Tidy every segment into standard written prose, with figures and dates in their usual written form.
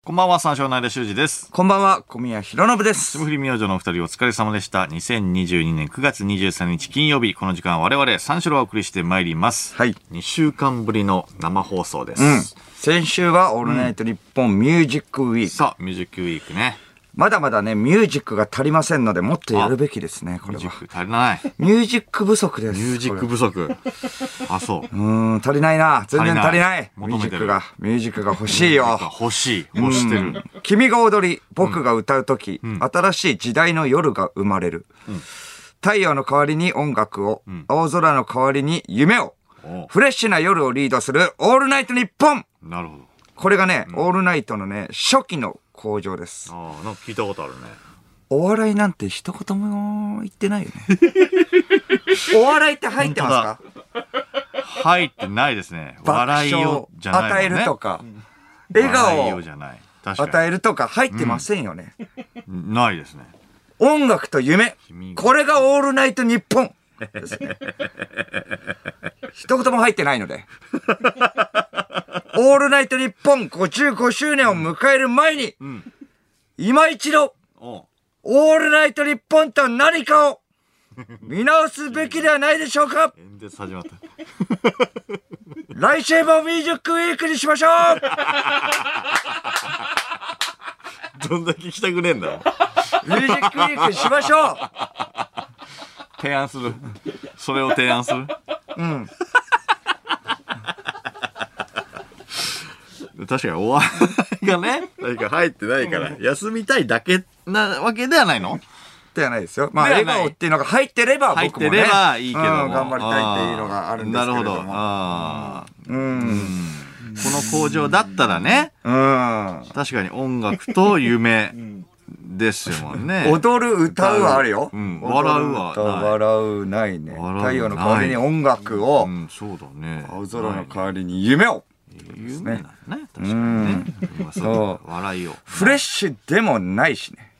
こんばんは、三照の間修二です。 こんばんは、小宮弘信です。 霜降り明星のお二人お疲れ様でした。2022年9月23日金曜日、この時間我々三照をお送りしてまいります。 はい。 2週間ぶりの生放送です。 先週はオールナイトニッポンミュージックウィーク。 さあ、ミュージックウィークね。 まだまだね、ミュージックが足りませんので、もっとやるべきですね、これは。 ミュージック足りない。 ミュージック不足です。 ミュージック不足。あ、そう。 足りないな。全然足りない。ミュ求めてる。 ージックが欲しいよ。 欲しい。欲してる。 君が踊り、僕が歌うとき、新しい時代の夜が生まれる。太陽の代わりに音楽を、青空の代わりに夢を、フレッシュな夜をリードするオールナイトニッポン。 なるほど。これがね、オールナイトのね、初期の向上です。 ああ、なんか聞いたことあるね。 お笑いなんて一言も言ってないよね。お笑いって入ってますか？ 入ってないですね。笑いをじゃない、ね。 与えるとか、笑顔を与えるとか入ってませんよね。 ないですね。 音楽と夢。これがオールナイトニッポンですね。一言も入ってないので。オールナイトニッポン55周年を迎える前に、今一度、オールナイトニッポンと何かを見直すべきではないでしょうか。 演説始まった。 来週もミュージックウィークにしましょう。どんだけ聞きたくねえんだ。 ミュージックウィークにしましょう。 提案する。それを提案する。確かにお笑いがね、何か入ってないから、休みたいだけなわけではないのではないですよ。まあ、笑顔っていうのが入ってれば、僕もね、 入ってればいいけども、 頑張りたいっていうのがあるんですけれども。なるほど。 この工場だったらね、確かに音楽と夢ですもんね。 踊る、歌うはあるよ。 笑うはない。 笑うないね。太陽の代わりに音楽を、 そうだね。 青空の代わりに夢を。 夢なんだね。確かにね。そう。笑いを。 フレッシュでもないしね。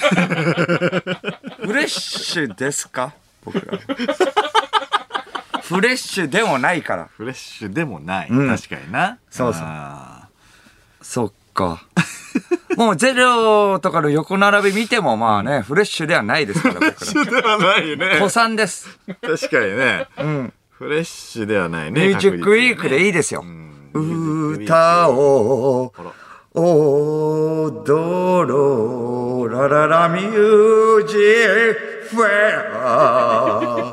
フレッシュですか僕ら。フレッシュでもないから。 フレッシュでもない。確かにな。 そうそう。そっか。もうゼロとかの横並び見てもまあね、フレッシュではないですから、僕ら。 フレッシュではないよね。 古参です。 確かにね。フレッシュではないね。 ミュージックウィークでいいですよ。歌を踊ろうラララミュージックフェア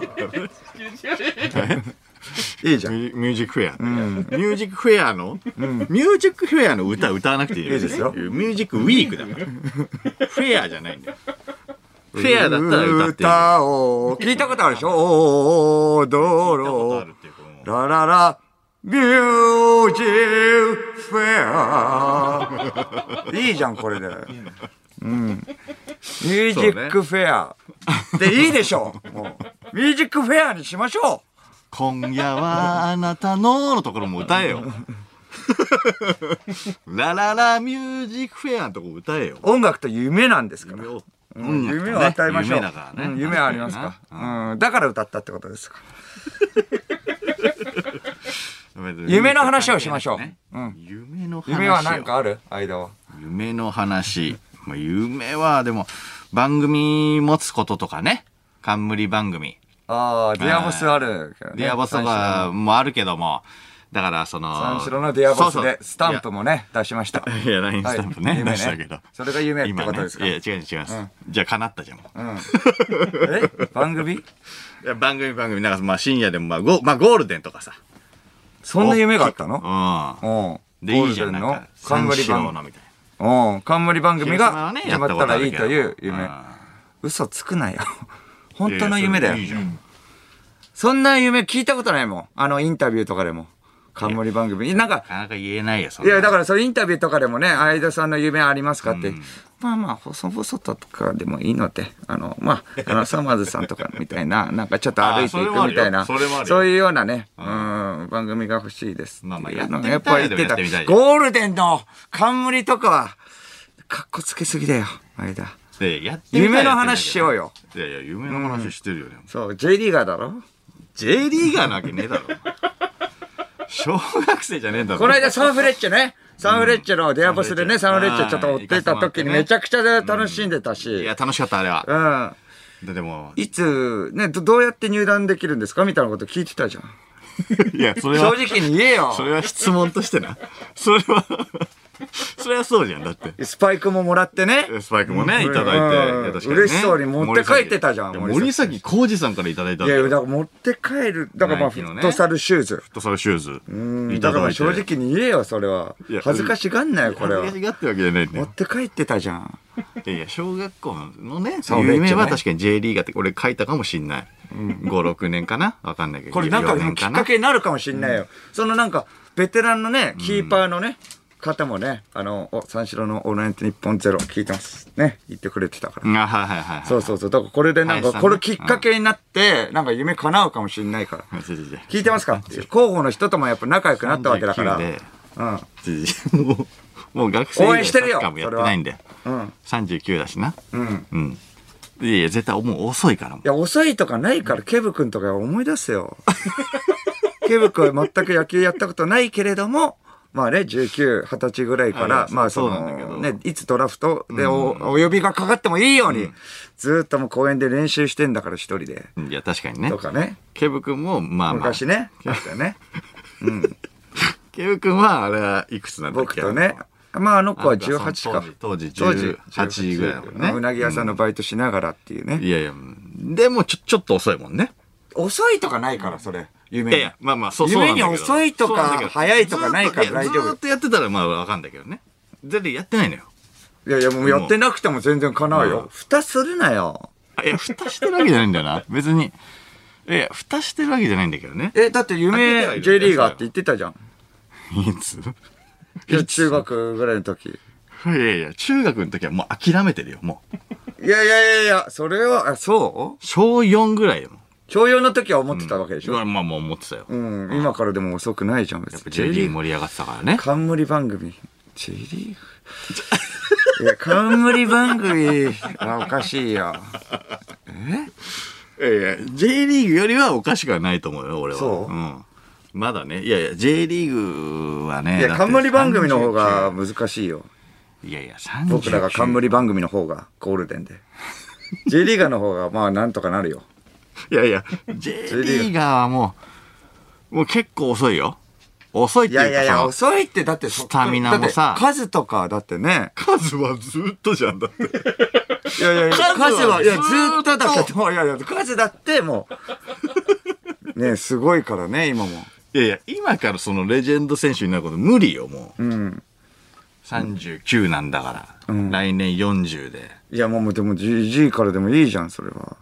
いいじゃん。 ミュージックフェア。ミュージックフェアのミュージックフェアの歌わなくていいですよ。 ミュージックウィークだから。フェアじゃないんだよ。フェアだったら歌ってる。 歌を聞いたことあるでしょ。踊ろうラララミュージックフェアいいじゃんこれで。ミュージックフェアでいいでしょう。もうミュージックフェアにしましょう。 今夜はあなたのところも歌えよ。ラララミュージックフェアのとこ歌えよ。 音楽と夢なんですから。夢を与えましょう。 夢だからね。 夢はありますか。だから歌ったってことですか。夢の話をしましょう。夢は何かある？間は。 夢の話。夢はでも番組持つこととかね。冠番組。 ああ、ディアボスある。 ディアボスとかもあるけども。だからその。 三四郎のディアボスでスタンプもね、出しました。 いや、LINE スタンプね。出したけど。 それが夢ってことですか？ いや、違います。じゃあ叶ったじゃん。 番組？ いや、番組。なんかまあ深夜でもゴールデンとかさ。 そんな夢があったの？ で、いいじゃん。なんか冠番組みたいな。冠番組が決まったらいいという夢。嘘つくなよ。本当の夢だよ。そんな夢聞いたことないもん。インタビューとかでも。冠番組。なかなか言えないよ、 いや、だからそれインタビューとかでもね、相田さんの夢ありますかって。まあ、細々とかでもいいので、さまぁずさんとかみたいな、なんかちょっと歩いていくみたいな、そういうようなね、番組が欲しいです。 やっぱり言ってた。ゴールデンの冠とかは、かっこつけすぎだよ、相田。夢の話しようよ。 いや、夢の話してるよね。 そう、J リーガーだろ？ J リーガーなわけねえだろ。小学生じゃねえんだろ。 この間サンフレッチェね。 サンフレッチェのデアボスでね、サンフレッチェちょっと追ってた時にめちゃくちゃ楽しんでたし。 いや、楽しかった、あれは。 うん。 でも。 いつ、ね、どうやって入団できるんですかみたいなこと聞いてたじゃん。 いや、それは。 正直に言えよ。 それは質問としてな。それはそれはそうじゃん、だって。 スパイクももらってね。 スパイクもね、いただいて。 嬉しそうに持って帰ってたじゃん。 森崎浩二さんからいただいたんだよ。 いや、だから持って帰る。だからまあ、フットサルシューズ。 フットサルシューズ。 だから正直に言えよ、それは。恥ずかしがんなよ、これは。 恥ずかしがってわけじゃないんだよ。 持って帰ってたじゃん。 いやいや、小学校のね、夢は確かに J リーガーって俺書いたかもしんない。5、6年かなわかんないけど。 これなんかきっかけになるかもしんないよ。そのなんか、ベテランのね、キーパーのね、方もね、三四郎のオールナイトニッポンゼロ聞いてます。ね、言ってくれてたから。 はいはいはい。 そうそうそう。だからこれでなんか、これきっかけになって、なんか夢叶うかもしれないから。聞いてますか広報の人ともやっぱ仲良くなったわけだから。 もう学生応援してるよ。 もやってないんで。39だしな。いやいや、絶対もう遅いから。いや、遅いとかないから、ケブ君とか思い出すよ。ケブ君は全く野球やったことないけれども、まあね、19、20歳ぐらいから、まあその、ね、いつドラフトでお呼びがかかってもいいように、ずっともう公園で練習してんだから一人で。 いや、確かにね。 とかね。 ケブ君も、まあまあ。 昔ね。確かね。 ケブ君は、あれはいくつなんだっけ？ 僕とね。まああの子は18か。 当時18ぐらいだもんね。 うなぎ屋さんのバイトしながらっていうね。 いやいや、でもちょっと遅いもんね。 遅いとかないから、それ。夢に。 いや、まあまあ、そう夢に遅いとか、早いとかないから大丈夫。 ずっとやってたらまあわかんないけどね。全然やってないのよ。 いやいや、もうやってなくても全然叶うよ。蓋するなよ。 いや、蓋してるわけじゃないんだよな。別に。いや、蓋してるわけじゃないんだけどね。 だって夢 J リーガーって言ってたじゃん。 いつ？ いや、中学ぐらいの時。 いやいや、中学の時はもう諦めてるよ、もう。いや、それは、そう小4ぐらいよ。 小4の時は思ってたわけでしょ。 まあもう思ってたよ。 今からでも遅くないじゃん、別に。 やっぱ J リーグ盛り上がってたからね。 冠番組。J リーグいや、冠番組はおかしいよ。 いや、J リーグよりはおかしくはないと思うよ、俺は。 そう？ まだね。いや、J リーグはね。 いや、冠番組の方が難しいよ。 いやいや、 僕らが冠番組の方がゴールデンで。J リーガーの方がまあなんとかなるよ。 いやいや、J リーガーはもう結構遅いよ。遅いっていうかいや、遅いってだってスタミナもさ。 数とかだってね。 数はずっとじゃん、だって。 いや、数は、いや、ずっとだけど、いや、数だってもう、ね、すごいからね、今も。 いやいや、今からそのレジェンド選手になること無理よ、もう。39なんだから。来年40で。 いや、もうでも GG からでもいいじゃん、それは。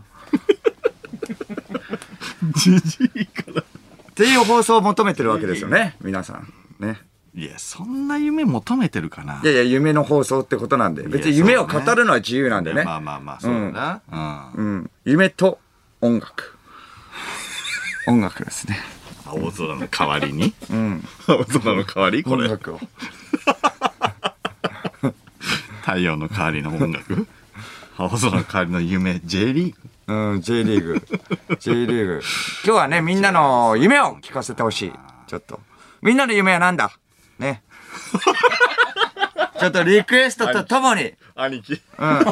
GG から。 っていう放送を求めてるわけですよね、皆さん。ね。 いや、そんな夢求めてるかな。 いや、夢の放送ってことなんで。別に夢を語るのは自由なんでね。 まあ、そうだな。 夢と音楽。音楽ですね。 青空の代わりに青空の代わりこれ。 音楽を。 太陽の代わりの音楽青空の代わりの夢 J リーグ J リーグ。J リーグ。今日はね、みんなの夢を聞かせてほしい。ちょっと。みんなの夢は何だね。ちょっとリクエストとともに。 兄貴。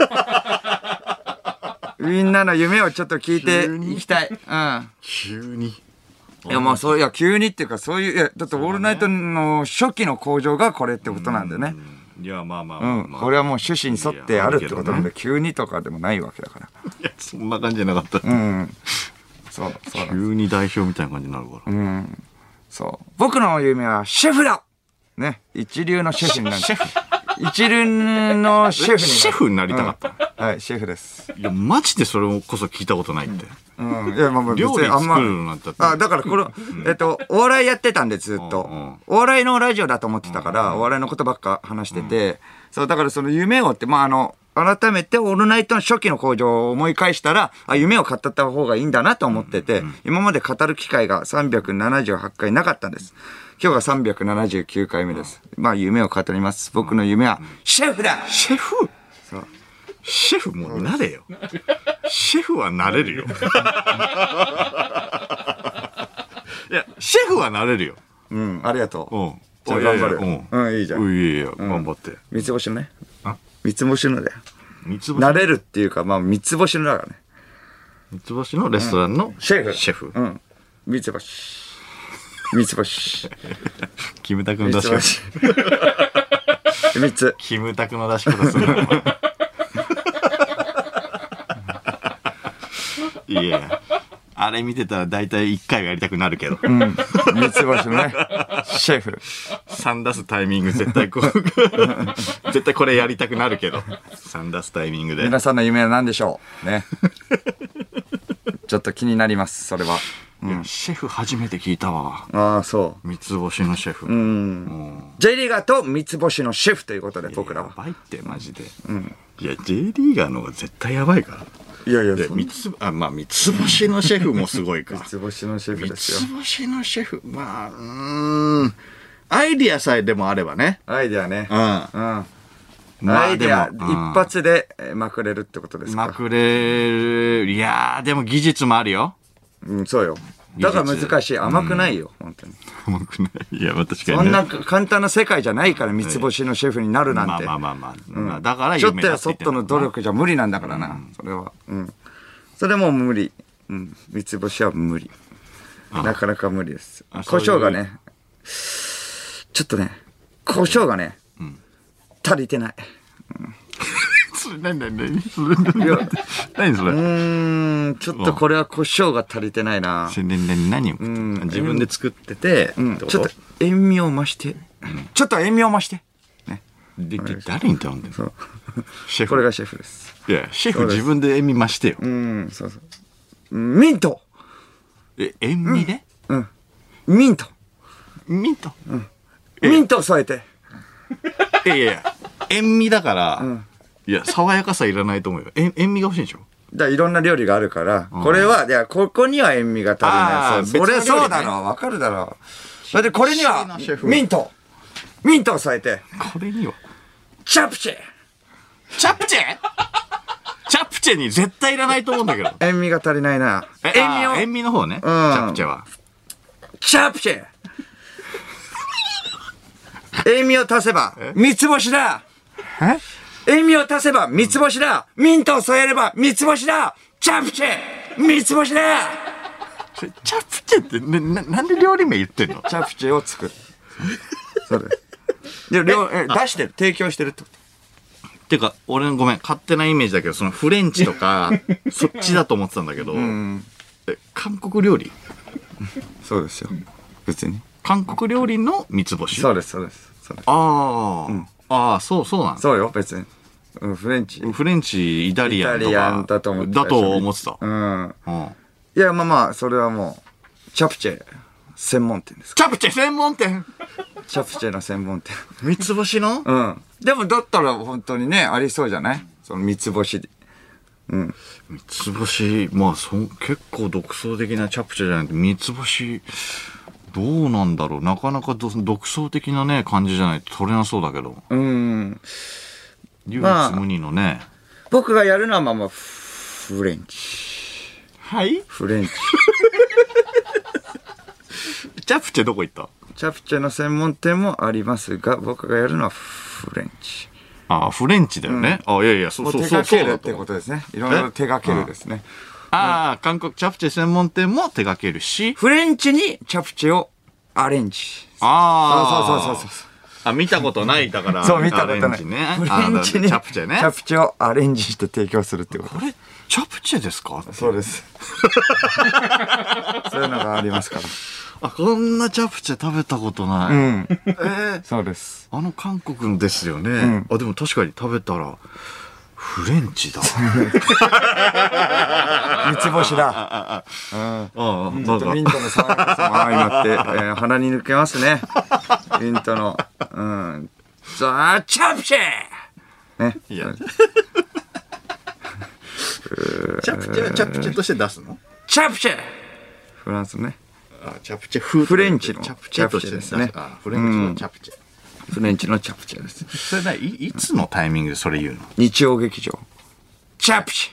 みんなの夢をちょっと聞いていきたい。 急に。 いや、まあいや、急にっていうか、そういう、いや、だってオールナイトの初期の向上がこれってことなんでね。 いや、まあ。 これはもう趣旨に沿ってあるってことなんで、急にとかでもないわけだから。 いや、そんな感じじゃなかった。 そう。 急に代表みたいな感じになるから。 そう。僕の夢はシェフだね。一流のシェフになる。一流のシェフになる。 シェフになりたかった。 はい、シェフです。 いや、マジでそれこそ聞いたことないって。 いや、まあ、 料理作るのなんて。 だからこれ、お笑いやってたんで、ずっと。お笑いのラジオだと思ってたから、お笑いのことばっか話してて、そう、だからその夢をって、まあ、改めてオールナイトの初期の向上を思い返したら、夢を語った方がいいんだなと思ってて、今まで語る機会が378回なかったんです。今日が379回目です。まあ、夢を語ります。僕の夢は、シェフだシェフそう。 シェフもうなれよ。シェフはなれるよ。いや、シェフはなれるよ。 ありがとう。 じゃあ頑張るよ。 うん。 いいじゃん。 いやいや、頑張って。 三つ星のね。 あ、 三つ星のだよ。 三つ星慣れるっていうか、まあ三つ星のだからね。 三つ星のレストランのシェフ。 シェフ。 うん。三つ星。三つ星。 キムタクの出し方。 三つ。 キムタクの出し方するな。いや、あれ見てたら大体1回はやりたくなるけど。 三つ星のね、シェフ。 3出すタイミング絶対こう、絶対これやりたくなるけど。3出すタイミングで。 皆さんの夢は何でしょうね。ちょっと気になります、それは。 いやシェフ初めて聞いたわ。 ああ、そう。 三つ星のシェフ。 J リーガーと三つ星のシェフということで、僕らは。 やばいってマジで。いや J リーガーの方が絶対やばいから。 いやいや、 三つ星のシェフもすごいか。 三つ星のシェフですよ。 三つ星のシェフ。アイディアさえでもあればね。 アイデアね。 まアイデア、 でも一発でまくれるってことですか。 まくれる。いやー、でも技術もあるよ。 うん、そうよ。だから難しい。甘くないよ、本当に。 甘くない。いや、確かにね。 そんな簡単な世界じゃないから三つ星のシェフになるなんて。 まあ。だからちょっとや夢だって言ってんだそっとの努力じゃ無理なんだからな、それは。それもう無理。三つ星は無理。なかなか無理です。胡椒がね、ちょっとね、胡椒がね、足りてない。 それ何それちょっとこれは胡椒が足りてないな。 何を自分で作ってて、 ちょっと塩味を増して。ちょっと塩味を増して。 で誰に頼んでんの？シェフ。 これがシェフです。 いや、シェフ自分で塩味増してよ。 そうそう。ミント。 塩味で？ ミント。 ミント？ ミントを添えて。 いや、塩味だから、いや、爽やかさいらないと思うよ。塩味が欲しいんでしょ？ いろんな料理があるから、これは、いや、ここには塩味が足りない。それそうだろ、わかるだろ。それでこれには、ミントを添えて。 これにはチャプチェチャプチェに絶対いらないと思うんだけど。 塩味が足りないな。 塩味の方ね。チャプチェは。 チャプチェ塩味を足せば、三つ星だ。塩味を足せば、三つ星だ。ミントを添えれば、三つ星だ。チャプチェ三つ星だ。 チャプチェってなんで料理名言ってんの？ チャプチェを作る。そうです。で、出してる、提供してるってこと。 てか、俺のごめん、勝手なイメージだけど、そのフレンチとか、そっちだと思ってたんだけど、韓国料理？ そうですよ。別に。 韓国料理の三つ星？ そうです。 ああ、そうなんだ。 そうよ、別に。フレンチ、 イタリアンとか。 イタリアンだと思ってた。 だと思ってた。 いや、まあ、それはもう、チャプチェ専門店ですか。 チャプチェ専門店？ チャプチェの専門店。 三つ星の？ でも、だったら本当にね、ありそうじゃない？その三つ星で。 三つ星、まあ、結構独創的なチャプチェじゃなくて、三つ星、どうなんだろう。なかなか独創的なね、感じじゃないと取れなそうだけど。唯一無二のね。 僕がやるのはまあフレンチ。 はい？ フレンチ。 チャプチェどこ行った？ チャプチェの専門店もありますが、僕がやるのはフレンチ。 ああ、フレンチだよね。いや、そう手掛けるってことですね。いろいろ手掛けるですね。 韓国チャプチェ専門店も手掛けるし、 フレンチにチャプチェをアレンジ。 そう。見たことないだから。 そう、見たことない。 フレンチにチャプチェね。 チャプチェをアレンジして提供するってこと。 これ、チャプチェですか？ そうです。そういうのがありますから。 こんなチャプチェ食べたことない。 そうです。 韓国ですよね。でも確かに食べたら、フレンチだ。 三つ星だ。ミントの爽やかさも相まって、鼻に抜けますね。ミントの。さあ、チャプチェね。 いや。チャプチェとして出すの？ チャプチェフランスね。 チャプチェ風。 フレンチのチャプチェとしてですね。フレンチのチャプチェ。 フレンチのチャプチェです。 それいつのタイミングでそれ言うの？ 日曜劇場。チャプチ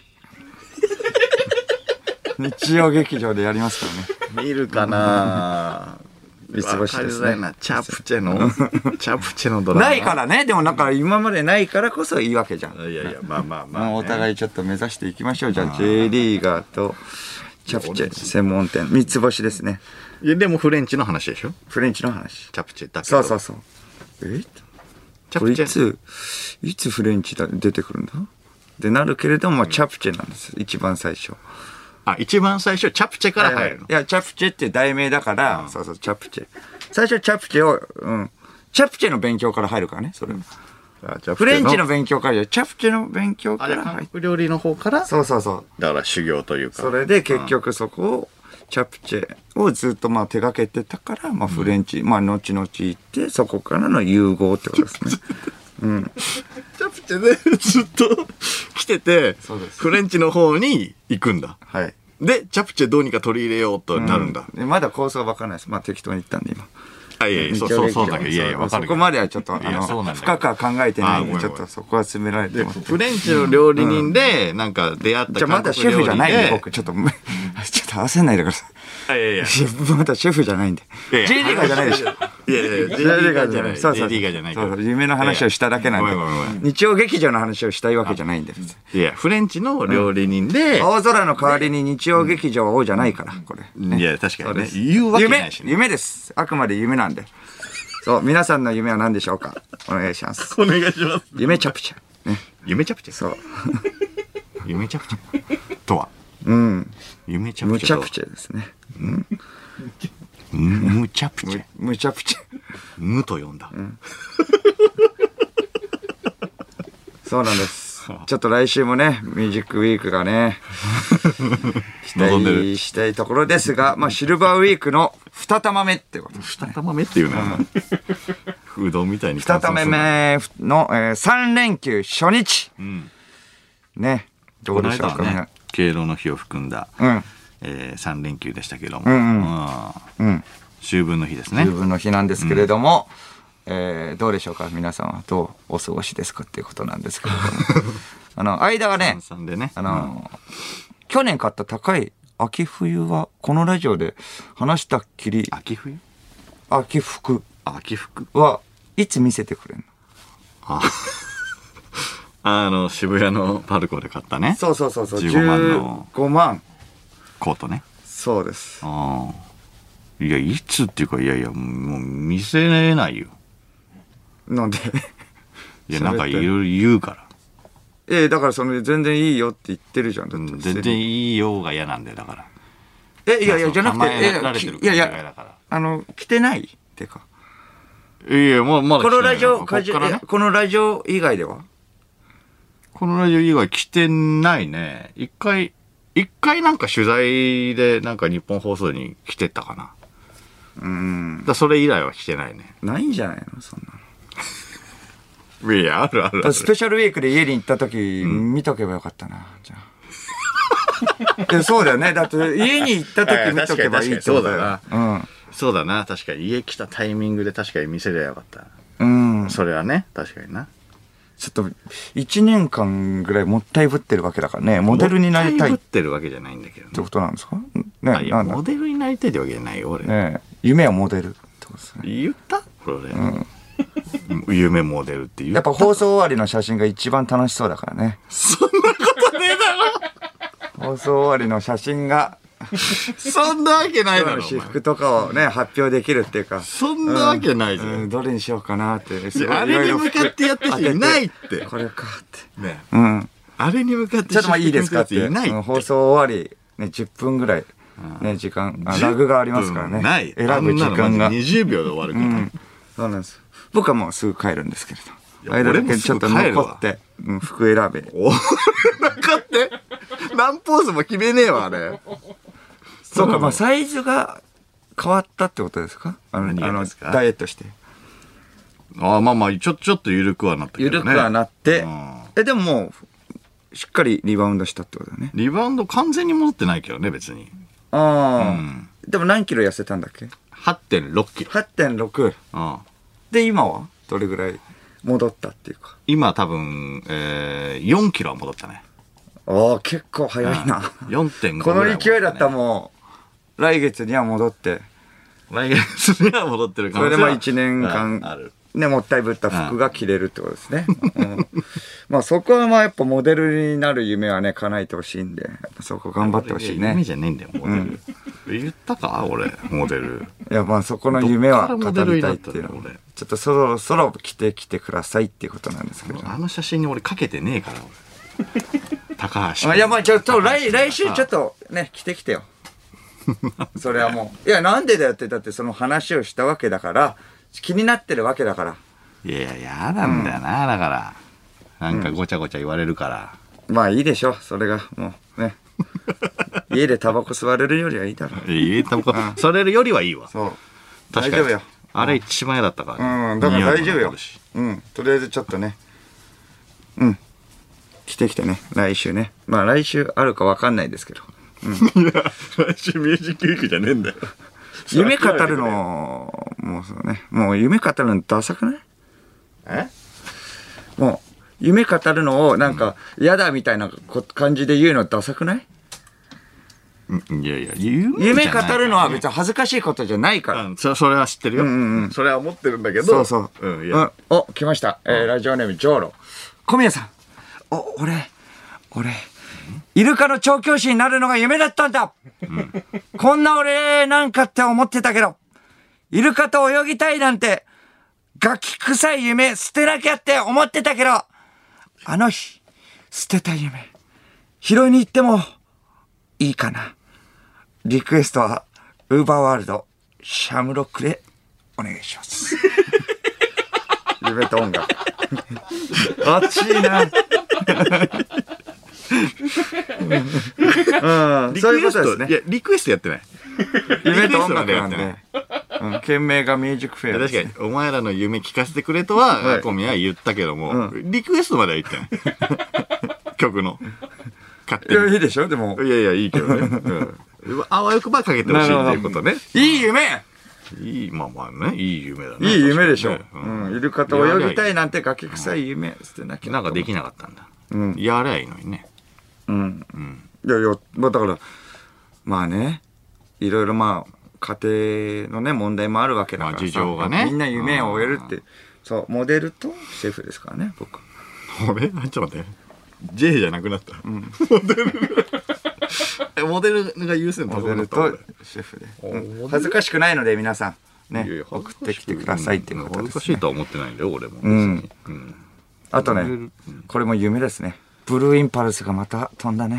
ェ日曜劇場でやりますからね。 見るかな三つ星ですね。 わかりづらいな。チャプチェの、チャプチェのドラマ。 ないからね。でもなんか今までないからこそいいわけじゃん。 いやいや、まあまあまあ、ね。 お互いちょっと目指していきましょう。じゃあ J リーガーとチャプチェ専門店三つ星ですね。 いや、でもフレンチの話でしょ？ フレンチの話。 チャプチェだけど。 そうそうそう。これチャプチェ。 いつフレンチ出てくるんだってなるけれども、まあ、チャプチェなんです。一番最初。 あ、一番最初、チャプチェから入るの？ いや、チャプチェって題名だから、そうそう、チャプチェ。最初チャプチェを、チャプチェの勉強から入るからね、それは。フレンチの勉強からじゃ、チャプチェの勉強から入る。 韓国料理の方から？ そうそうそう。 だから修行というか。 それで結局そこを、チャプチェをずっとまあ手掛けてたから、まあフレンチ、まあ後々行って、そこからの融合ってことですね。 チャプチェでずっと来てて、フレンチの方に行くんだ。 はい。 で、チャプチェどうにか取り入れようとなるんだ。 まだ構想は分からないです。まあ適当に言ったんで今。 あ、いやいや、そうだけど、いやいや、分かるけど。 そこまではちょっと、深くは考えてないんで、ちょっとそこは詰められてます。 フレンチの料理人で、なんか出会ったじゃあまだシェフじゃないんで、僕、ちょっと焦んないでください。 いやいや。 まだシェフじゃないんで。J リーガーじゃないでしょ。 いやいや、J リーガーじゃない。 そうそう。 J リーガーじゃない。 そうそう。夢の話をしただけなんで。日曜劇場の話をしたいわけじゃないんで。 いや、フレンチの料理人で。 青空の代わりに日曜劇場は王じゃないから、これ。 いや、確かにね。言うわけないし。 夢です。あくまで夢なんで。そう、皆さんの夢は何でしょうか？お願いします。 お願いします。 夢チャプチェ。ね。 夢チャプチェ？ そう。 夢チャプチェとは？夢チャプチェ。 ムチャプチェですね。 ムチャプチェ。 ムチャプチェ。 ムと呼んだ。 そうなんです。ちょっと来週もね、ミュージックウィークがね、期待したいところですが、まあシルバーウィークの2玉目ってことですね。 2玉目っていうのは、うどんみたいに。 2玉目の、3連休初日。ね、どうでしょうかね。 敬老の日を含んだ、3連休でしたけども、秋分の日ですね。 秋分の日なんですけれども、どうでしょうか皆さんはどうお過ごしですかっていうことなんですけれども間がね去年買った高い秋冬はこのラジオで話したっきり秋服はいつ見せてくれんの渋谷のパルコで買ったね。 そう 15万の 15万コートね。 そうです。 いやいつっていうかいやいやもう見せれないよ。 なんでいやなんかいろいろ言うから。 だからその全然いいよって言ってるじゃん。だって全然いいよが嫌なんだよだから。 いやじゃなくていや着てないってか。 いやまだこのラジオこのラジオ以外ではこのラジオ以外着てないね。一回なんか取材でなんか日本放送に来てたかな。だそれ以来は着てないね。 ないんじゃないのそんなの。 いやあるスペシャルウィークで家に行った時、見とけばよかったなじゃあそうだよね。だって家に行った時見とけばいいってことだよ。 そうだな。確かに家来たタイミングで確かに見せりゃよかった。それはね確かにな。 ちょっと1年間ぐらいもったいぶってるわけだからね。モデルになりたいもったいぶってるわけじゃないんだけどね。 ってことなんですかね。 いやモデルになりたいってわけじゃないよ俺。 ね夢はモデルってことですね。 言ったこれ夢モデルって言う。 やっぱ放送終わりの写真が一番楽しそうだからね。 そんなことねえだろ。 放送終わりの写真がそんなわけないだろ。 私服とかをね発表できるっていうか。 そんなわけないじゃん。 どれにしようかなって。 あれに向かってやってる人いないって。 これかってね。あれに向かってちょっとまあいいですかっていない。 放送終わりね10分ぐらいね時間ラグがありますからね。 ない。 選ぶ時間が 20秒で終わるから。 そうなんです。僕はもうすぐ帰るんですけれど。間だけちょっと残って服選べ。 おなんかって何ポーズも決めねえわあれ。 そうかまあサイズが変わったってことですか？ダイエットして。 まあちょっと緩くはなったけどね。 緩くはなって。でももうしっかりリバウンドしたってことだね。 リバウンド完全に戻ってないけどね別に。 でも何キロ痩せたんだっけ ？8.6 キロ。 8.6。で今はどれぐらい戻ったっていうか。 今多分4キロは戻ったね。 結構早いな。 4.5。 この勢いだったらもう来月には戻って来月には戻ってる可能性はそれでも1年間ある。 ね、もったいぶった服が着れるってことですね。まあそこはまあやっぱモデルになる夢はね、叶えてほしいんで、やっぱそこ頑張ってほしいね。 夢じゃねえんだよ、モデル。言ったか俺、モデル。 いやまあそこの夢は語りたいっていうのどっからモデルになったの俺。 ちょっとそろそろ着てきてくださいっていうことなんですけど。 あの写真に俺かけてねえから、俺。高橋。 いやまあちょっと来週ちょっとね、着てきてよ。それはもう。いやなんでだよって、だってその話をしたわけだから、気になってるわけだから。 いやいや、やなんだよな、だから。なんかごちゃごちゃ言われるから。 まあいいでしょ、それがもうね。家でタバコ吸われるよりはいいだろう。 いいタバコ、それよりはいいわ。 そう。 確かに大丈夫よ。 あれ一番嫌だったからね。 だから大丈夫よ匂いも残るし。 とりあえずちょっとね。来てきてね、来週ね。まあ来週あるかわかんないですけど。 いや、来週ミュージックウィークじゃねえんだよ。 夢語るの、もうそうね。もう夢語るのダサくない？ えもう、夢語るのをなんか嫌だみたいな感じで言うのダサくない？ いやいや、 夢語るのは別に恥ずかしいことじゃないから。 それは知ってるよ。それは思ってるんだけど。 そうそう。 いやお、来ました。ラジオネーム、ジョーロ。小宮さん。俺、イルカの調教師になるのが夢だったんだ。こんな俺なんかって思ってたけど、イルカと泳ぎたいなんて、ガキ臭い夢捨てなきゃって思ってたけど、あの日、捨てた夢、拾いに行ってもいいかな。リクエストは、ウーバーワールド、シャムロックでお願いします。夢と音楽。熱いな。そういうことですね。 いや、リクエストやってない。 夢と音楽なんで。件名がミュージックフェアですね。 確かに、お前らの夢聞かせてくれとは、小宮は言ったけども、リクエストまでは言ってない。曲の。勝手いや、 に。 いいでしょでも。 いやいや、いいけどね。あわよくばかけてほしいっていうことね。 いい夢いい、まあまあね、いい夢だね。 いい夢でしょ。 確かにねイルカと泳ぎたいなんてガキ臭い夢捨てなきゃ。 なんかできなかったんだ。やればいいのにね。 いやいや、まあだから、まあね、いろいろまあ、家庭のね、問題もあるわけだからさ。 まあ事情がねみんな夢を追えるって。そう、モデルとシェフですからね、僕。 俺ちょっと待って。J じゃなくなった。モデルが優先モデルとシェフで。恥ずかしくないので皆さん、ね、送ってきてくださいっていうことです、ね。 恥ずかしいとは思ってないんだよ、俺も。 あとね、これも夢ですね。ブルーインパルスがまた飛んだね。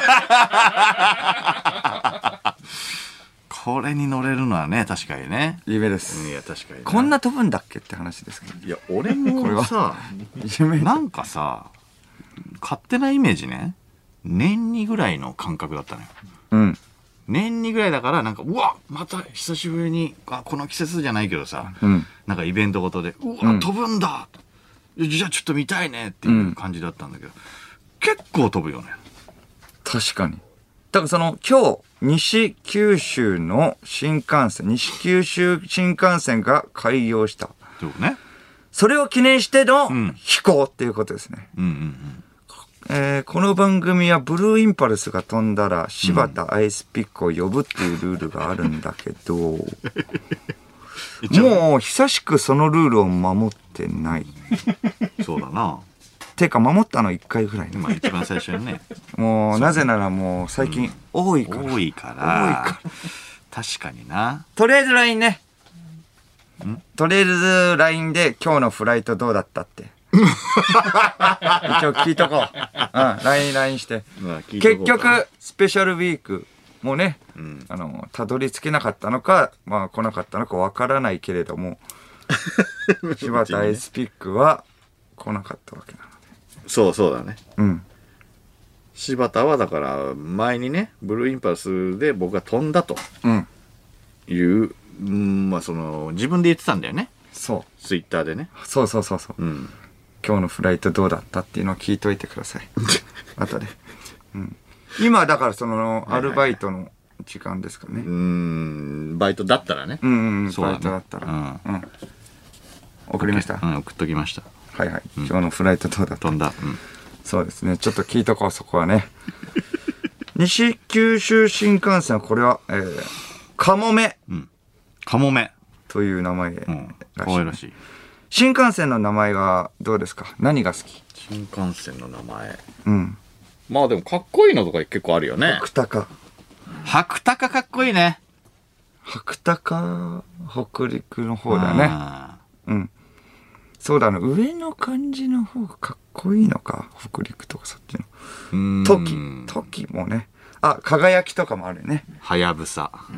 これに乗れるのはね、確かにね。 夢です。 いや、確かに。 こんな飛ぶんだっけって話ですけど。 いや、俺もさ、 夢なんかさ、勝手なイメージね、年にぐらいの感覚だったのよ。年にぐらいだから、なんか、うわまた久しぶりに、この季節じゃないけどさ、なんかイベントごとで、うわ飛ぶんだ、じゃあちょっと見たいねっていう感じだったんだけど、結構飛ぶよね。 確かに。だからその今日、西九州の新幹線、西九州新幹線が開業した。 そうね。 それを記念しての飛行っていうことですね。この番組はブルーインパルスが飛んだら柴田アイスピックを呼ぶっていうルールがあるんだけど、もう久しくそのルールを守ってない。 そうだな。 てか守ったの1回ぐらいね。 まあ一番最初にね。 もうなぜならもう最近多いから。 多いから。確かにな。 とりあえず LINE ね。とりあえず LINE で今日のフライトどうだったって。一応聞いとこう。LINE して。結局、スペシャルウィークもね、たどり着けなかったのか、まあ来なかったのかわからないけれども、柴田アイスピックは来なかったわけなので。 そうだね。柴田はだから、前にね、ブルーインパルスで僕が飛んだという、まあその、自分で言ってたんだよね。 そう。 ツイッターでね。 そう。今日のフライトどうだったっていうのを聞いといてください。後で。今だからそのアルバイトの時間ですかね。 バイトだったらね。 バイトだったら。送りました。 送っときました。 はい。今日のフライトどうだった？ 飛んだ。 そうですね。ちょっと聞いとこう、そこはね。西九州新幹線はこれは、かもめ。 カモメ。 という名前らしい。 うん。可愛らしい。 新幹線の名前がどうですか？何が好き？ 新幹線の名前。 うん。 まあでもかっこいいのとか結構あるよね。 白鷹。 白鷹かっこいいね。 白鷹、北陸の方だね。うん。そうだな、上の漢字の方がかっこいいのか。北陸とかそっちの。時もね。あ、輝きとかもあるよね。 はやぶさ。 うん。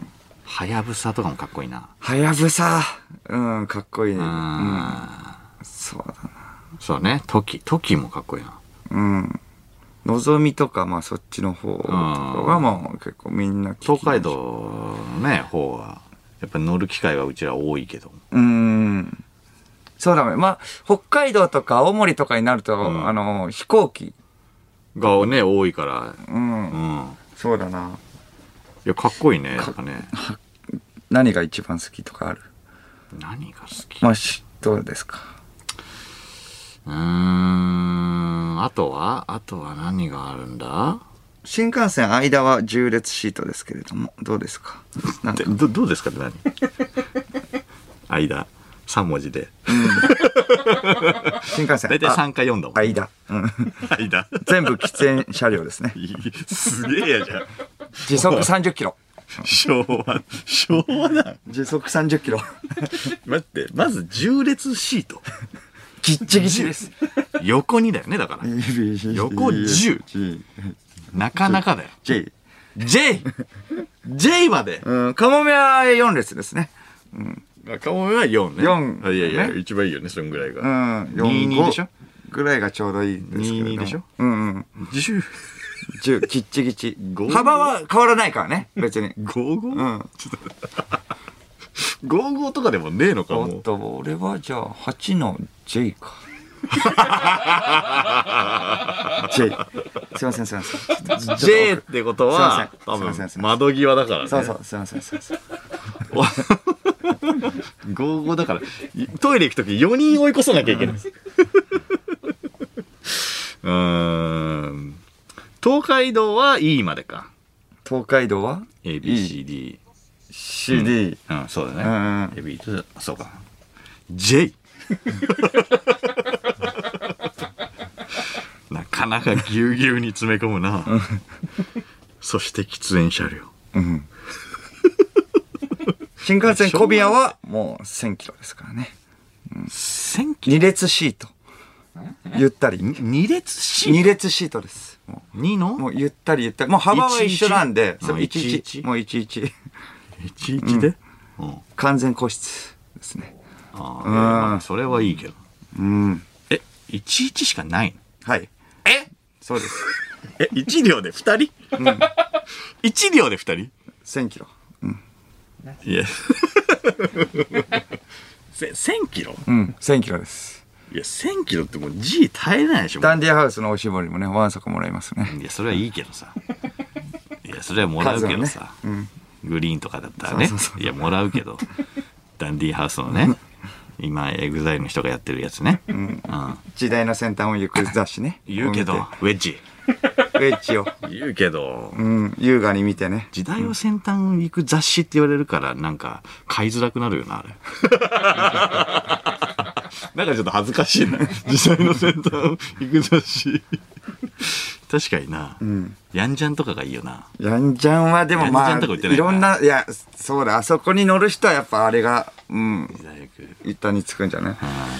はやぶさとかもかっこいいな。 はやぶさ。うん、かっこいい。うん。そうだな。 そうね。時もかっこいいな。 うん。のぞみとか、まあそっちの方とかはもう結構みんな聞き東海道のね、方は、やっぱり乗る機会はうちら多いけど。 そうだね。まあ、北海道とか青森とかになると、飛行機。 がね、多いから。 そうだな。 いや、かっこいいね。やっぱね。 何が一番好きとかある？ 何が好き？ まあ、どうですか？ あとは何があるんだ？ 新幹線間は縦列シートですけれども、どうですか？ どうですかって何？間。3文字で。 新幹線。 大体3か4だもん。 間。 間。 全部喫煙車両ですね。 すげえやじゃん。 時速30キロ。 昭和だ。 時速30キロ。 待って、まず縦列シート。 ぎっちぎちです。 横にだよね、だから。横10。なかなかだよ。J まで。 カモメは4列ですね。 カモメは4ね。 4。 いや、一番いいよね、そんぐらいが。 22 でしょぐらいがちょうどいいですけど。 22でしょ 10、ぎっちぎち。幅は変わらないからね、別に。 55？ 55とかでもねえのかも。 おっと、俺はじゃあ8の J か。J。すいません。 J ってことは、 多分窓際だからね。 そう、すいません。 55だから、トイレ行くとき4人追い越さなきゃいけない。東海道は E までか。 東海道は ABCD。そうだね。AB と、そうか。J。なかなかぎゅうぎゅうに詰め込むな。そして喫煙車両。 新幹線小宮はもう1000キロですからね。 1000キロ ?2 列シート。ゆったり。 2列シート ?2 列シートです。 2のもうゆったり。もう幅は一緒なんで、 11。 もう11。 11で完全個室ですね。 それはいいけど。11しかないの？ はい。そうです。 1両で2人？1両で2人 ?1000 キロ。 いや。1000キロ ？1000キロです。 いや、1000キロってもう G 耐えないでしょ。 ダンディアハウスのおしぼりもね、わんさかもらいますね。 いや、それはいいけどさ。いや、それはもらうけどさ。グリーンとかだったらね。いや、もらうけど。ダンディハウスのね。今、エグザイルの人がやってるやつね。 時代の先端を行く雑誌ね。 言うけど、ウェッジ。 ウェッジを。 言うけど。 優雅に見てね。 時代を先端を行く雑誌って言われるから、なんか、買いづらくなるよな、あれ。なんかちょっと恥ずかしいな。時代の先端を行く雑誌。確かにな。ヤンジャンとかがいいよな。 ヤンジャンはでもまあ、いろんな、いや、そうだ、あそこに乗る人はやっぱあれが、一旦につくんじゃない？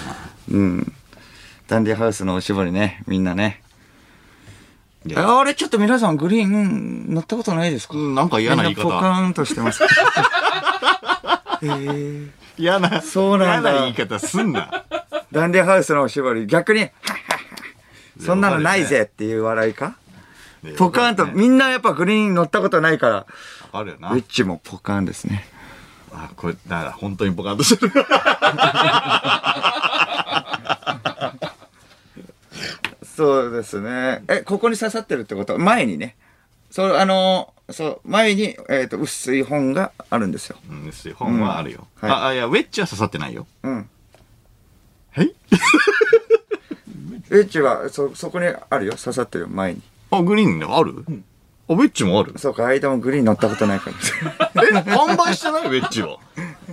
ダンディハウスのおしぼりね、みんなね。あれ、ちょっと皆さんグリーン乗ったことないですか？ なんか嫌な言い方。 ポカーンとしてます。 嫌な、 そうなんだ。 嫌な言い方すんな。 ダンディハウスのおしぼり、逆に、そんなのないぜっていう笑いか？ポカーンと、みんなやっぱグリーン乗ったことないから、 あるよな。 ウィッチもポカーンですね。 これ、だから本当にポカーンとしてる。 そうですね。ここに刺さってるってこと？前にね。前に、薄い本があるんですよ。 薄い本はあるよ。いや、ウェッジは刺さってないよ。はい？ ウェッジは、そこにあるよ。刺さってるよ、前に。 グリーンある？ ウェッジもある？ そうか、間もグリーン乗ったことないから。 販売してないウェッジは。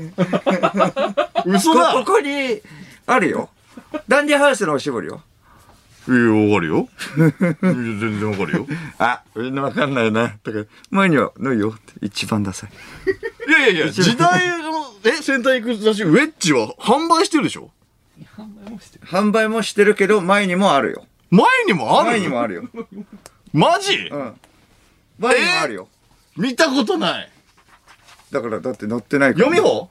嘘だ。 ここに、あるよ。ダンディハウスのおしぼりよ。 いや、わかるよ。全然わかるよ。 あ、みんなわかんないな。だから、前には、のいよって一番ダサい。 いやいやいや、時代の、戦隊行く雑誌、ウェッジは販売してるでしょ？ 販売もしてるけど、前にもあるよ。 前にもある？ 前にもあるよ。 マジ？ うん。前にもあるよ。 見たことない。 だから、だって乗ってないから。 読み方？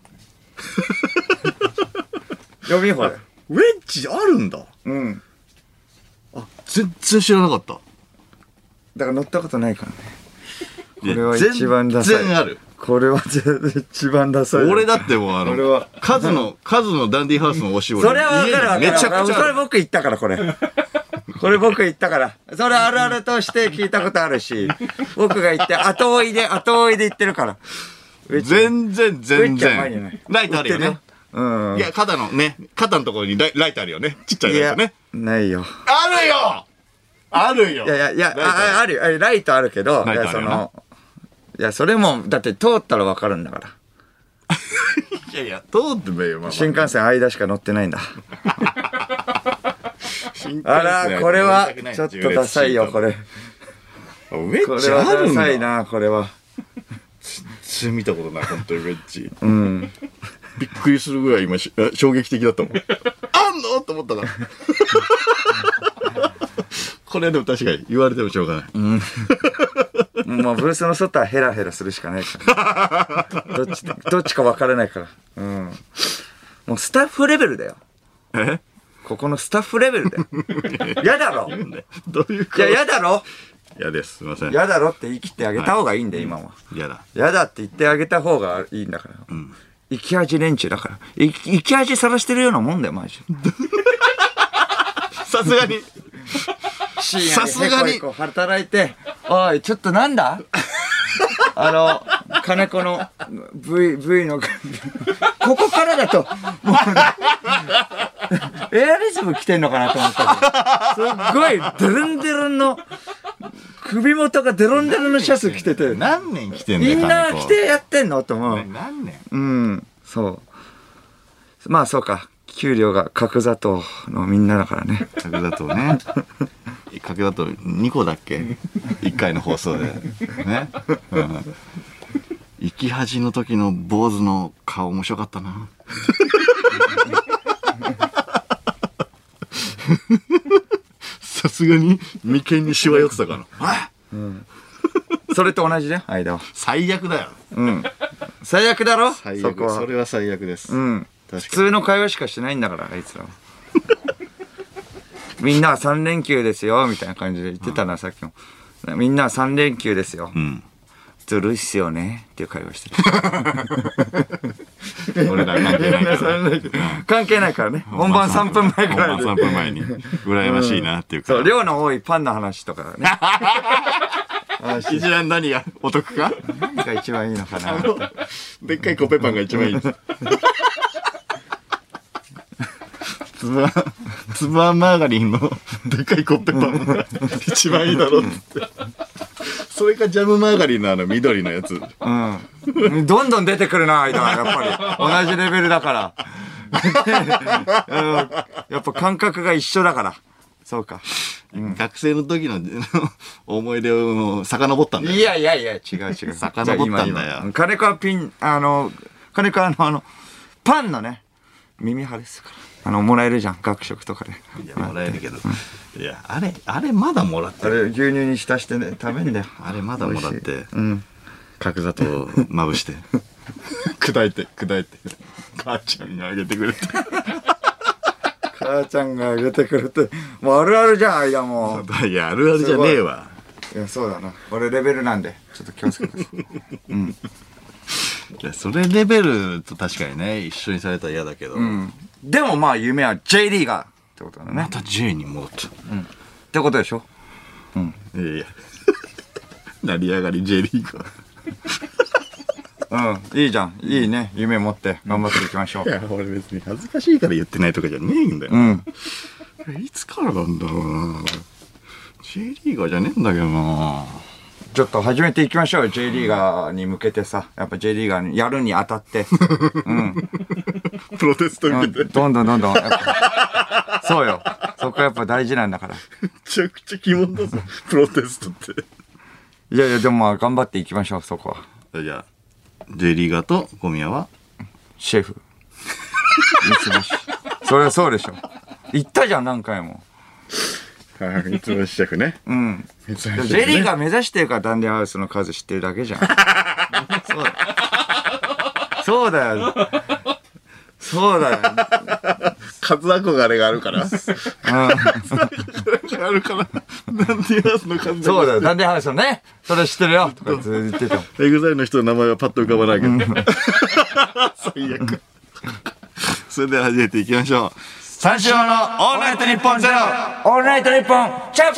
読み方だよ。 ウェッジあるんだ。 うん。 あ、全然知らなかった。 だから乗ったことないからね。これは一番ダサい。 全然ある。 これは一番ダサい。 俺だってもう数のダンディハウスのおしぼり。 それはわかるわかる。 めちゃくちゃある。 それ僕言ったから、これ。これ僕言ったから。それあるあるとして聞いたことあるし、僕が言って、後追いで言ってるから。 全然。ライトあるよね。 うん。 いや、肩のところにライトあるよね。ちっちゃいライトね。 ないよ。 あるよ。 いや、あるよ。ライトあるけど、いや、それも、だって通ったらわかるんだから。 いや、通ってもいいよ、 新幹線間しか乗ってないんだ。あら、これは、ちょっとダサいよ、これ。 ウェッこれはジあるんだ。 ダサいな、これは。 全然見たことない、本当にウェッジ。 うん。 びっくりするぐらい今衝撃的だったもん。あんのと思ったから。これでも確かに言われてもしょうがない。 もうブースの外はヘラヘラするしかないから。どっちか分からないから。うん。もうスタッフレベルだよ。ここのスタッフレベルだよ。嫌だろ？ どういういや、嫌だろ？ 嫌です。すいません。 嫌だろって言い切ってあげた方がいいんだよ、今は。 嫌だ。 嫌だって言ってあげた方がいいんだから。生き味連中だから。生き味さらしてるようなもんだよ、マジ。 さすがに。 さすがに。働いて、おい、ちょっとなんだ金子の V の、ここからだと、もう、エアリズム来てんのかなと思ったけど、すっごい、デルンデルンの、首元がデロンデロンのシャツ着てて、 何年着てんの？ みんな着てやってんのと思う。 何年？ うん、そう。まあそうか。給料が角砂糖のみんなだからね。 角砂糖ね。角砂糖2個だっけ？1回の放送で。ね。生き恥の時の坊主の顔面白かったな。さすがに眉間にしわ寄ってたから。 それと同じね、間は。 最悪だよ。 うん。最悪だろ？ 最悪。 そこは。 それは最悪です。 うん。普通の会話しかしてないんだから、あいつらは。みんなは3連休ですよ、みたいな感じで言ってたな、さっきも。みんなは3連休ですよ。ずるいっすよね、っていう会話してる。 俺ら関係ないから。 関係ないからね。本番3分前から。 本番3分前に。羨ましいなっていうか。 そう、量の多いパンの話とかね。 一番何がお得か？ 何が一番いいのかな。 でっかいコッペパンが一番いい。つぶあんマーガリンのでっかいコッペパンが一番いいだろうって。それかジャムマーガリンの緑のやつ。 うん。どんどん出てくるな、間は。やっぱり。同じレベルだから。やっぱ感覚が一緒だから。そうか。 学生の時の思い出を遡ったんだよ。 いや、違う。 遡ったんだよ。 金子は金子はパンのね、耳派ですから。もらえるじゃん、学食とかで。 いや、もらえるけど。いや、あれまだもらってる。 あれ、牛乳に浸してね、食べんだよ。 あれまだもらって。角砂糖まぶして。砕いて。母ちゃんがあげてくれて。 母ちゃんがあげてくれて。もうあるあるじゃん、間も。 いや、あるあるじゃねえわ。 いや、そうだな。俺レベルなんで、ちょっと気をつけてください。 いや、それレベルと確かにね、一緒にされたら嫌だけど。 でもまあ夢は J リーガーってことだね。 また J に戻った。 ってことでしょ？ いや。成り上がり J リーガー。いいじゃん。いいね。夢持って頑張っていきましょう。 いや、俺別に恥ずかしいから言ってないとかじゃねえんだよ。いつからなんだろうな。J リーガーじゃねえんだけどな。 ちょっと始めていきましょうよ。J リーガーに向けてさ。やっぱ J リーガーにやるにあたって。うん。 プロテストに向けて。 どんどん。やっぱそうよ。そこはやっぱ大事なんだから。 めちゃくちゃ疑問だぞ、プロテストって。 いや、でもまあ頑張っていきましょう、そこは。 じゃあ、J リーガーと小宮はシェフ。三つ星。それはそうでしょ。言ったじゃん、何回も。 三つ星シェフね。 うん。J リーガー目指してるからダンディハウスの数知ってるだけじゃん。そうだよ。そうだよ。 数憧れがあるから。数憧れがあるから。ダンディハウスの数そうだよ、ダンディハウスのね。それ知ってるよ。とか言ってた。 エグザイルの人の名前はパッと浮かばないけど。最悪。それでは始めていきましょう。 三四郎のオールナイトニッポンゼロ。オールナイトニッポンチャプチ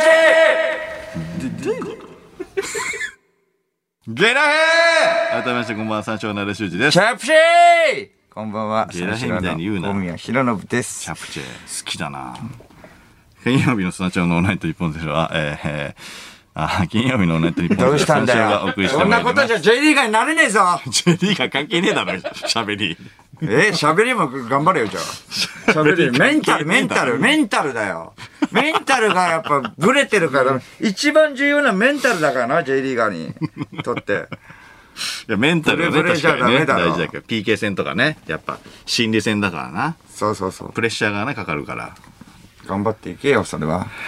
ーゲラヘー。 改めましてこんばんは、三四郎の成修二です。 チャプチーこんばんは。 ゲラヘーみたいに言うな。 小宮弘信です。 チャプチェ好きだな。金曜日の三四郎のオールナイトニッポンゼロは、金曜日のオールナイトニッポンゼロ。 どうしたんだよ。そんなことじゃ J リーガーになれねえぞ。 J リーガー関係ねえだろ、喋り。 喋りも頑張れよ、じゃあ。喋り。メンタルだよ。メンタルがやっぱブレてるから、一番重要なメンタルだからな、J リーガーにとって。 いや、メンタルはね、 ブレブレじゃ確かにね、 ダメだろ大事だけど、PK 戦とかね、やっぱ、心理戦だからな。 そう。 プレッシャーがね、かかるから。 頑張っていけよ、それは。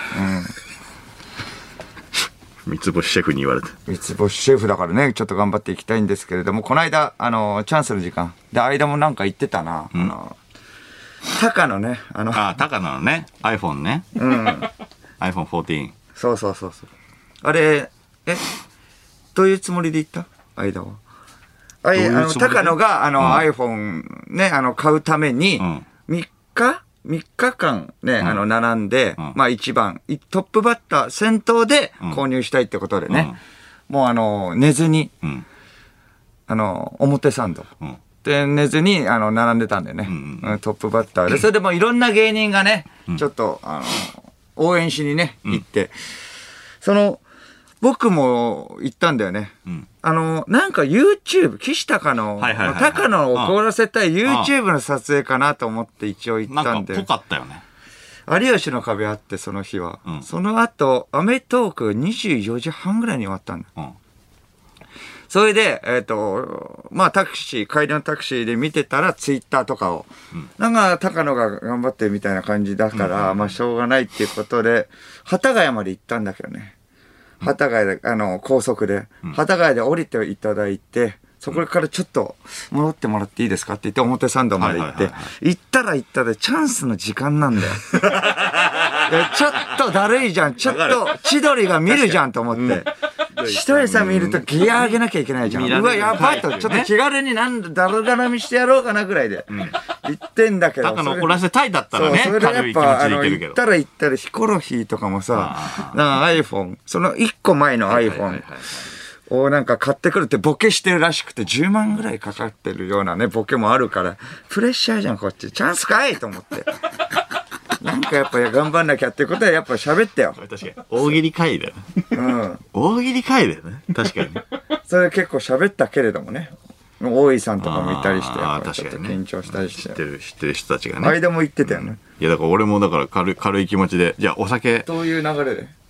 三つ星シェフに言われて。 三つ星シェフだからね、ちょっと頑張っていきたいんですけれども、この間、チャンスの時間。で、間もなんか言ってたな。高野ね、 高野のね、iPhone ね。iPhone 14。 そう。あれ、どういうつもりで言った間は。高野が、iPhone ね、買うために、3日間ね、並んで、まあ一番、トップバッター、先頭で購入したいってことでね、もう寝ずに、表参道。で、寝ずに、並んでたんだよね。トップバッターで。それでもいろんな芸人がね、ちょっと、応援しにね、行って、僕も行ったんだよね。なんか YouTube、岸高野、高野を凍らせたい YouTube の撮影かなと思って一応行ったんで。 なんかぽかったよね。 有吉の壁あって、その日は。その後、アメトーク24時半ぐらいに終わったんだ。それで、まあ帰りのタクシーで見てたら、ツイッターとかを、なんか高野が頑張ってみたいな感じだから、まあしょうがないっていうことで、幡ヶ谷まで行ったんだけどね。幡ヶ谷で、高速で、幡ヶ谷で降りていただいて、そこからちょっと戻ってもらっていいですかって言って表参道まで行って、行ったらチャンスの時間なんだよ。いやちょっとだるいじゃん。ちょっと千鳥が見るじゃんと思って。一人さん見るとギア上げなきゃいけないじゃん。うわ、やばいと。ちょっと気軽にだるだらみしてやろうかなぐらいで。言ってんだけど。 高野怒らせたいだったらね。 それでやっぱ、行ったらヒコロヒーとかもさ、iPhone、その1個前の iPhone。をなんか買ってくるってボケしてるらしくて10万ぐらいかかってるようなね、ボケもあるから、プレッシャーじゃん、こっち。チャンスかいと思って。なんかやっぱ頑張んなきゃってことはやっぱ喋ってよ。 確かに。大喜利会だよね。大喜利会だよね。確かに。 それ結構喋ったけれどもね。大井さんとかもいたりして、 確かにちょっと緊張したりして。 知ってる人たちがね。 間も言ってたよね。 いやだから俺もだから軽い気持ちで、じゃあお酒。 どういう流れで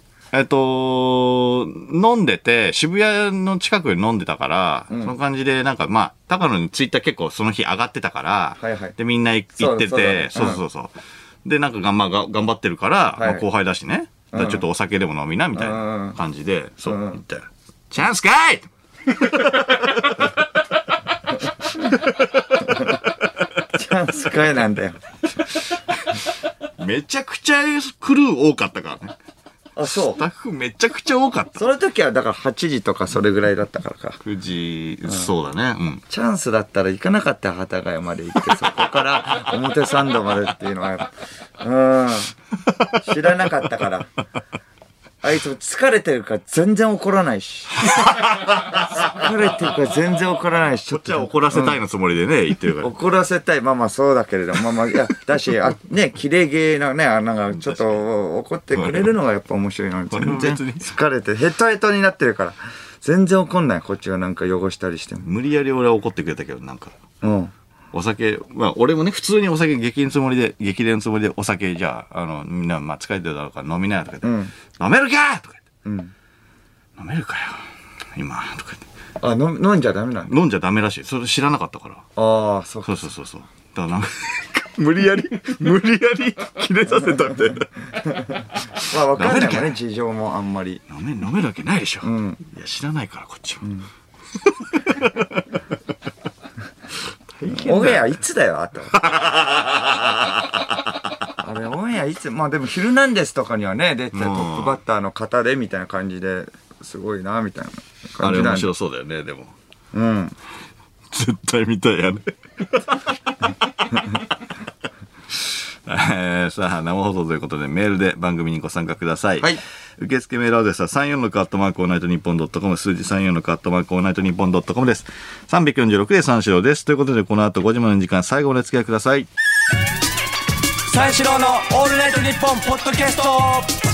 飲んでて、渋谷の近くで飲んでたから、その感じで、なんかまあ、高野にツイッター結構その日上がってたから、で、みんな行ってて、そう。で、なんか頑張ってるから、まあ後輩だしね、ちょっとお酒でも飲みな、みたいな感じで、そう、言ったら、チャンスかいチャンスかいなんだよ。 めちゃくちゃクルー多かったからね。 あ、そう。 スタッフめちゃくちゃ多かった。 その時はだから8時とかそれぐらいだったからか。 9時、そうだね。 チャンスだったら行かなかったよ、幡ヶ谷まで行って、そこから表参道までっていうのは、知らなかったから。あいつ疲れてるから全然怒らないし。疲れてるから全然怒らないし。 こっちは怒らせたいのつもりでね、言ってるから。 怒らせたい。まあまあそうだけれども。まあ、いや、だし、ね、キレゲーなね、なんかちょっと怒ってくれるのがやっぱ面白いのに。全然疲れて、ヘトヘトになってるから。 全然怒んない。こっちがなんか汚したりしても。 無理やり俺は怒ってくれたけど、なんか。 うん。 お酒、まあ俺もね、普通にお酒激励のつもりでお酒、じゃあ、みんな、まあ疲れてるだろうから飲みなよとか言って、飲めるかとか言って、飲めるかよ、今、とか言って。 飲んじゃダメなんだ。 飲んじゃダメらしい。それ知らなかったから。 ああ、そうそう。だからなんか、無理やり切れさせたみたいな。 まあ分かんないもんね、事情もあんまり。 飲めるわけないでしょ。いや、知らないから、こっちも。 オンエアいつだよ、あと。あれ、オンエアいつ、まあでも、ヒルナンデスとかにはね、出てたトップバッターの方で、みたいな感じで、すごいな、みたいな感じ。 あれ面白そうだよね、でも。 うん。 絶対見たいやね。さあ、生放送ということで、メールで番組にご参加ください。 はい。 受付メールアドレスは346@オールナイトニッポンドットコム、数字346@オールナイトニッポンドットコムです。346で三四郎です。ということで、この後5時までの時間、最後までお付き合いください。 三四郎のオールナイトニッポンポッドキャスト。